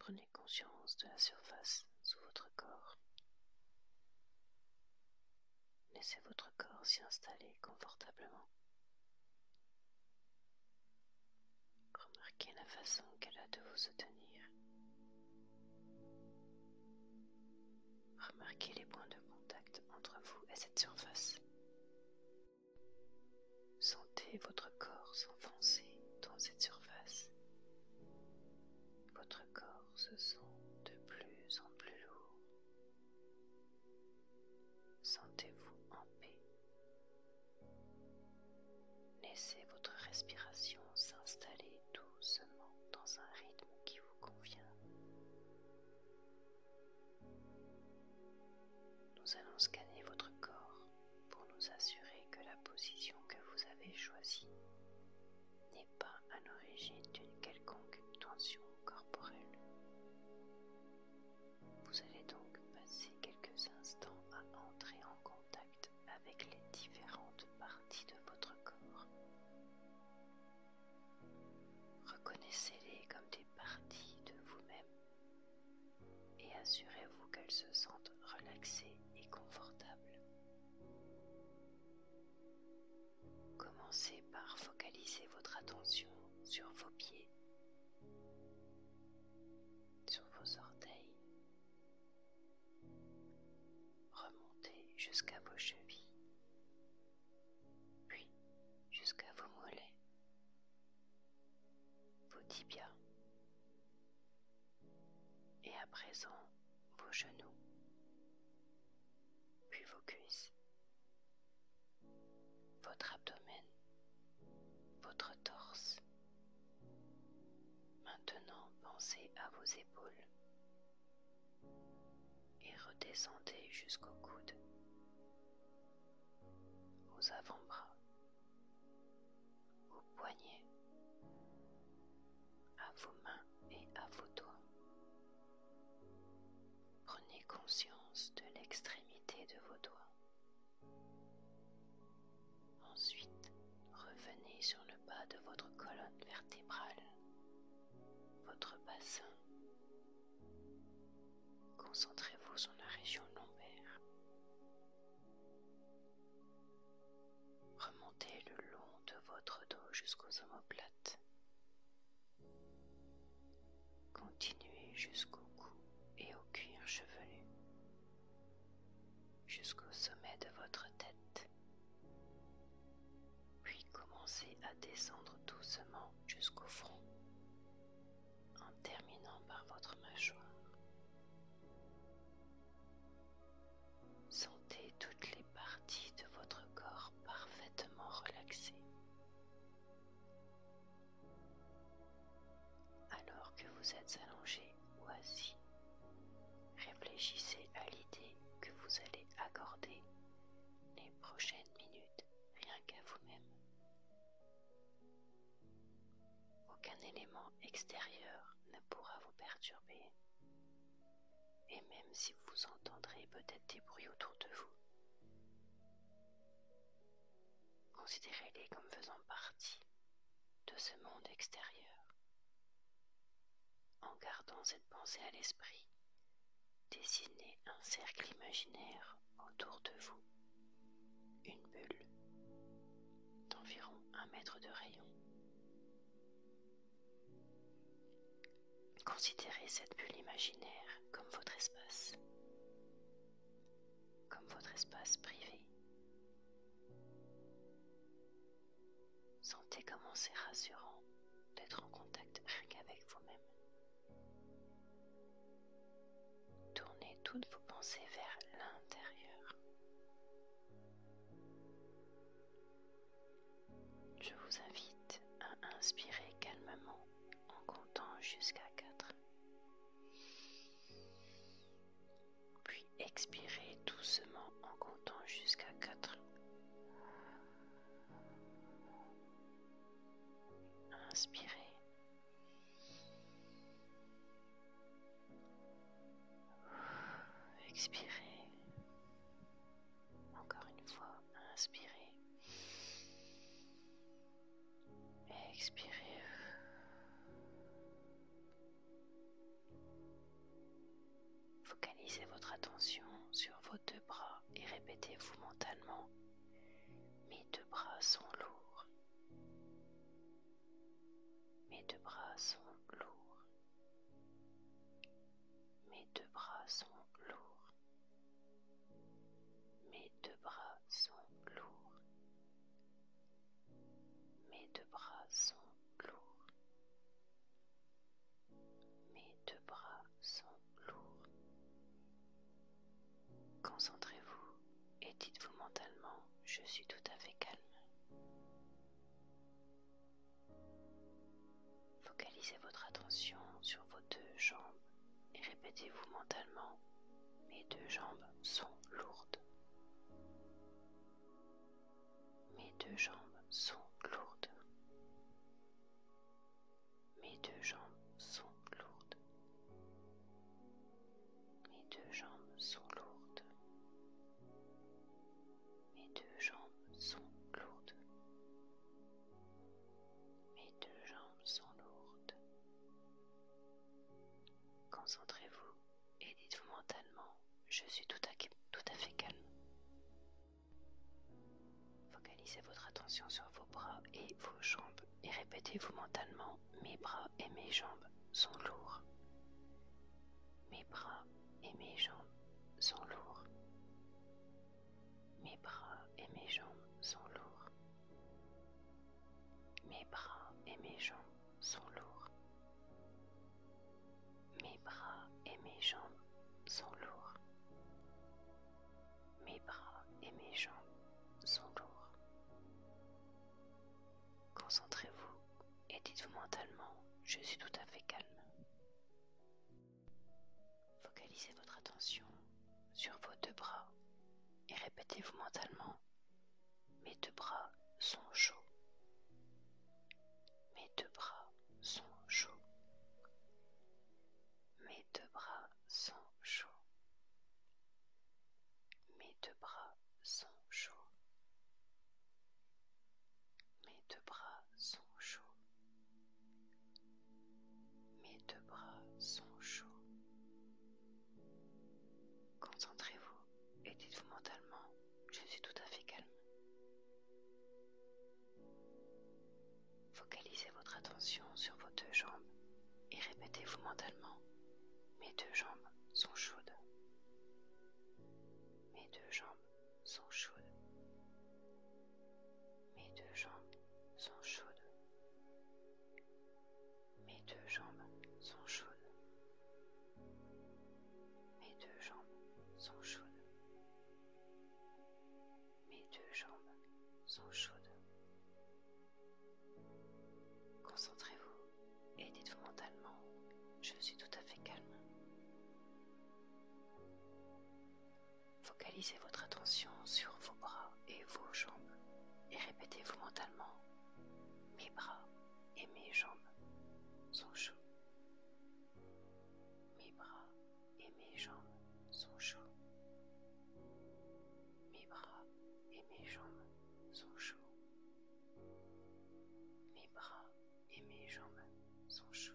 Prenez conscience de la surface sous votre corps. Laissez votre corps s'y installer confortablement. Remarquez la façon qu'elle a de vous soutenir. Remarquez les points de contact entre vous et cette surface. Sentez votre corps s'enfoncer dans cette surface. Votre corps se sent de plus en plus lourd. Sentez-vous en paix. Laissez votre respiration s'installer doucement dans un rythme qui vous convient. Nous allons scanner votre corps pour nous assurer que la position que vous avez choisie n'est pas à l'origine d'une quelconque tension corporelle. Vous allez donc passer quelques instants à entrer en contact avec les différentes parties de votre corps. Reconnaissez-les comme des parties de vous-même et assurez-vous qu'elles se sentent relaxées et confortables. Commencez par focaliser votre attention sur vos pieds, sur vos orteils. Remontez jusqu'à vos chevilles, puis jusqu'à vos mollets, vos tibias, et à présent vos genoux, puis vos cuisses, votre abdomen, votre torse. Maintenant, pensez à vos épaules et redescendez jusqu'aux coudes, aux avant-bras, aux poignets, à vos mains et à vos doigts. Prenez conscience de l'extrémité de vos doigts. Ensuite, revenez sur le bas de votre colonne vertébrale, votre bassin. Concentrez-vous sur la région lombaire. Remontez le long de votre dos jusqu'aux omoplates. Continuez jusqu'au cou et au cuir chevelu, jusqu'au sommet de votre tête. Puis commencez à descendre doucement jusqu'au front, en terminant par votre mâchoire. Sentez toutes les parties de votre corps parfaitement relaxées. Alors que vous êtes allongé ou assis, réfléchissez à l'idée que vous allez accorder les prochaines minutes rien qu'à vous-même. Aucun élément extérieur ne pourra vous perturber, et même si vous entendrez peut-être des bruits autour de vous, considérez-les comme faisant partie de ce monde extérieur. En gardant cette pensée à l'esprit, dessinez un cercle imaginaire autour de vous, une bulle d'environ 1 mètre de rayon. Considérez cette bulle imaginaire comme votre espace privé. Sentez comment c'est rassurant d'être en contact rien qu'avec vous-même. Tournez toutes vos pensées vers l'intérieur. Je vous invite à inspirer calmement en comptant jusqu'à 4. Puis expirez doucement en comptant jusqu'à 4. Inspirez. Expirez. Encore une fois, inspirez. Expirez. attention sur vos deux bras et répétez-vous mentalement: mes deux bras sont lourds. Mes deux bras sont lourds. Mes deux bras sont lourds. Mes deux bras sont lourds. Mes deux bras sont lourds. Mes deux bras sont lourds. Concentrez-vous et dites-vous mentalement: je suis tout à fait calme. Focalisez votre attention sur vos deux jambes et répétez-vous mentalement: mes deux jambes sont lourdes. Mes deux jambes sont lourdes. Mes deux jambes sont lourdes. Mes deux jambes sont lourdes. Mes deux jambes sont lourdes. Mes deux jambes sont lourdes. Concentrez-vous et dites-vous mentalement: je suis tout à fait calme. Focalisez votre attention sur vos bras et vos jambes et répétez-vous mentalement: mes bras et mes jambes sont lourds. Mes bras et mes jambes sont lourds. Mes bras et mes jambes sont lourds. Mes bras et mes jambes sont lourds. Mes bras et mes jambes sont lourds. Mes bras et mes jambes sont lourds. Concentrez-vous et dites-vous mentalement: je suis tout à fait calme. Focalisez votre attention sur vos deux bras et répétez-vous mentalement: mes deux bras sont chauds. Mes deux bras sont chauds. Mes deux bras sont chauds. Mes deux bras sont chauds. Mes deux bras sont chauds. Mes deux bras sont chauds. Concentrez-vous et dites-vous mentalement: je suis tout à fait calme. Focalisez votre attention sur vos deux jambes et répétez-vous mentalement: mes deux jambes sont chaudes. Mes deux jambes sont chaudes. Mes deux jambes sont chaudes. Mes deux jambes sont chaudes. Mes deux jambes sont chaudes. Mes deux jambes sont chaudes. Concentrez-vous et dites-vous mentalement: je suis tout à fait calme. Focalisez votre attention sur vos bras et vos jambes et répétez-vous mentalement: mes bras et mes jambes sont chauds. Mes bras et mes jambes sont chauds. Mes bras et mes jambes sont chauds. Mes bras et mes jambes sont chauds.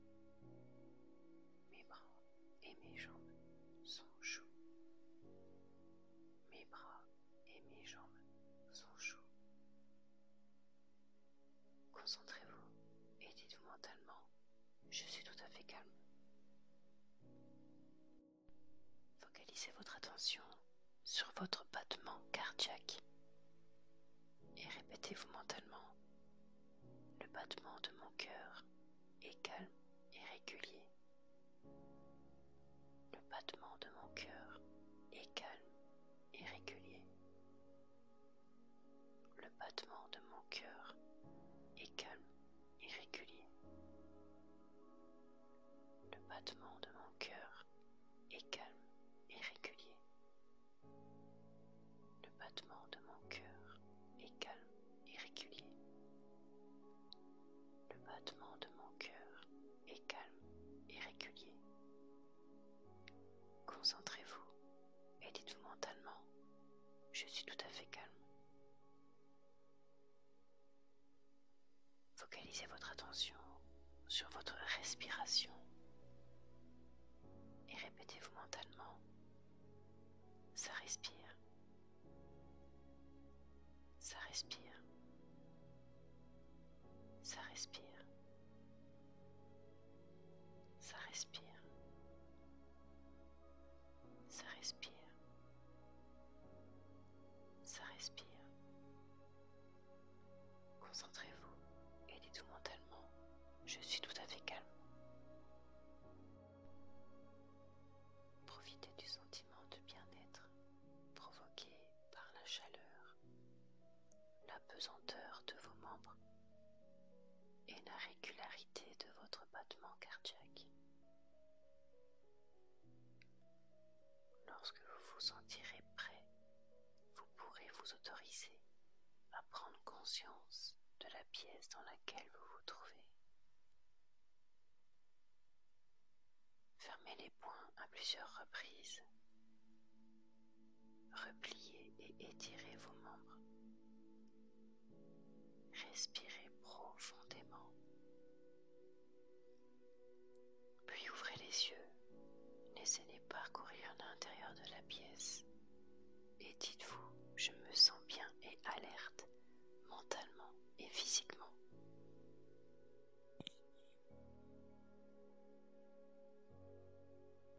Mes bras et mes jambes sont chauds. Mes bras et mes jambes sont chauds. Concentrez-vous et dites-vous mentalement: je suis tout à fait calme. Focalisez votre attention sur votre battement cardiaque et répétez-vous mentalement: le battement de mon cœur est calme et régulier. Le battement de mon cœur est calme et régulier. Le battement de mon cœur est calme et régulier. Le battement de mon cœur est calme et régulier. Le battement de mon cœur est calme et régulier. Le battement de mon cœur est calme et régulier. Concentrez-vous et dites-vous mentalement: je suis tout à fait calme. Focalisez votre attention sur votre respiration et répétez-vous mentalement: Ça respire. Ça respire. Ça respire. Ça respire. Ça respire. Ça respire. Concentrez-vous et dites-vous mentalement, je suis tout à fait calme. Profitez du sentiment de bien-être provoqué par la chaleur, la pesanteur de vos membres et la régularité de votre battement cardiaque. Lorsque vous vous sentirez prêt, vous pourrez vous autoriser à prendre conscience de la pièce dans laquelle vous vous trouvez. Fermez les poings à plusieurs reprises. Repliez et étirez vos membres. Respirez profondément. Puis ouvrez les yeux. Laissez-les parcourir l'intérieur de la pièce. Et dites-vous, je me sens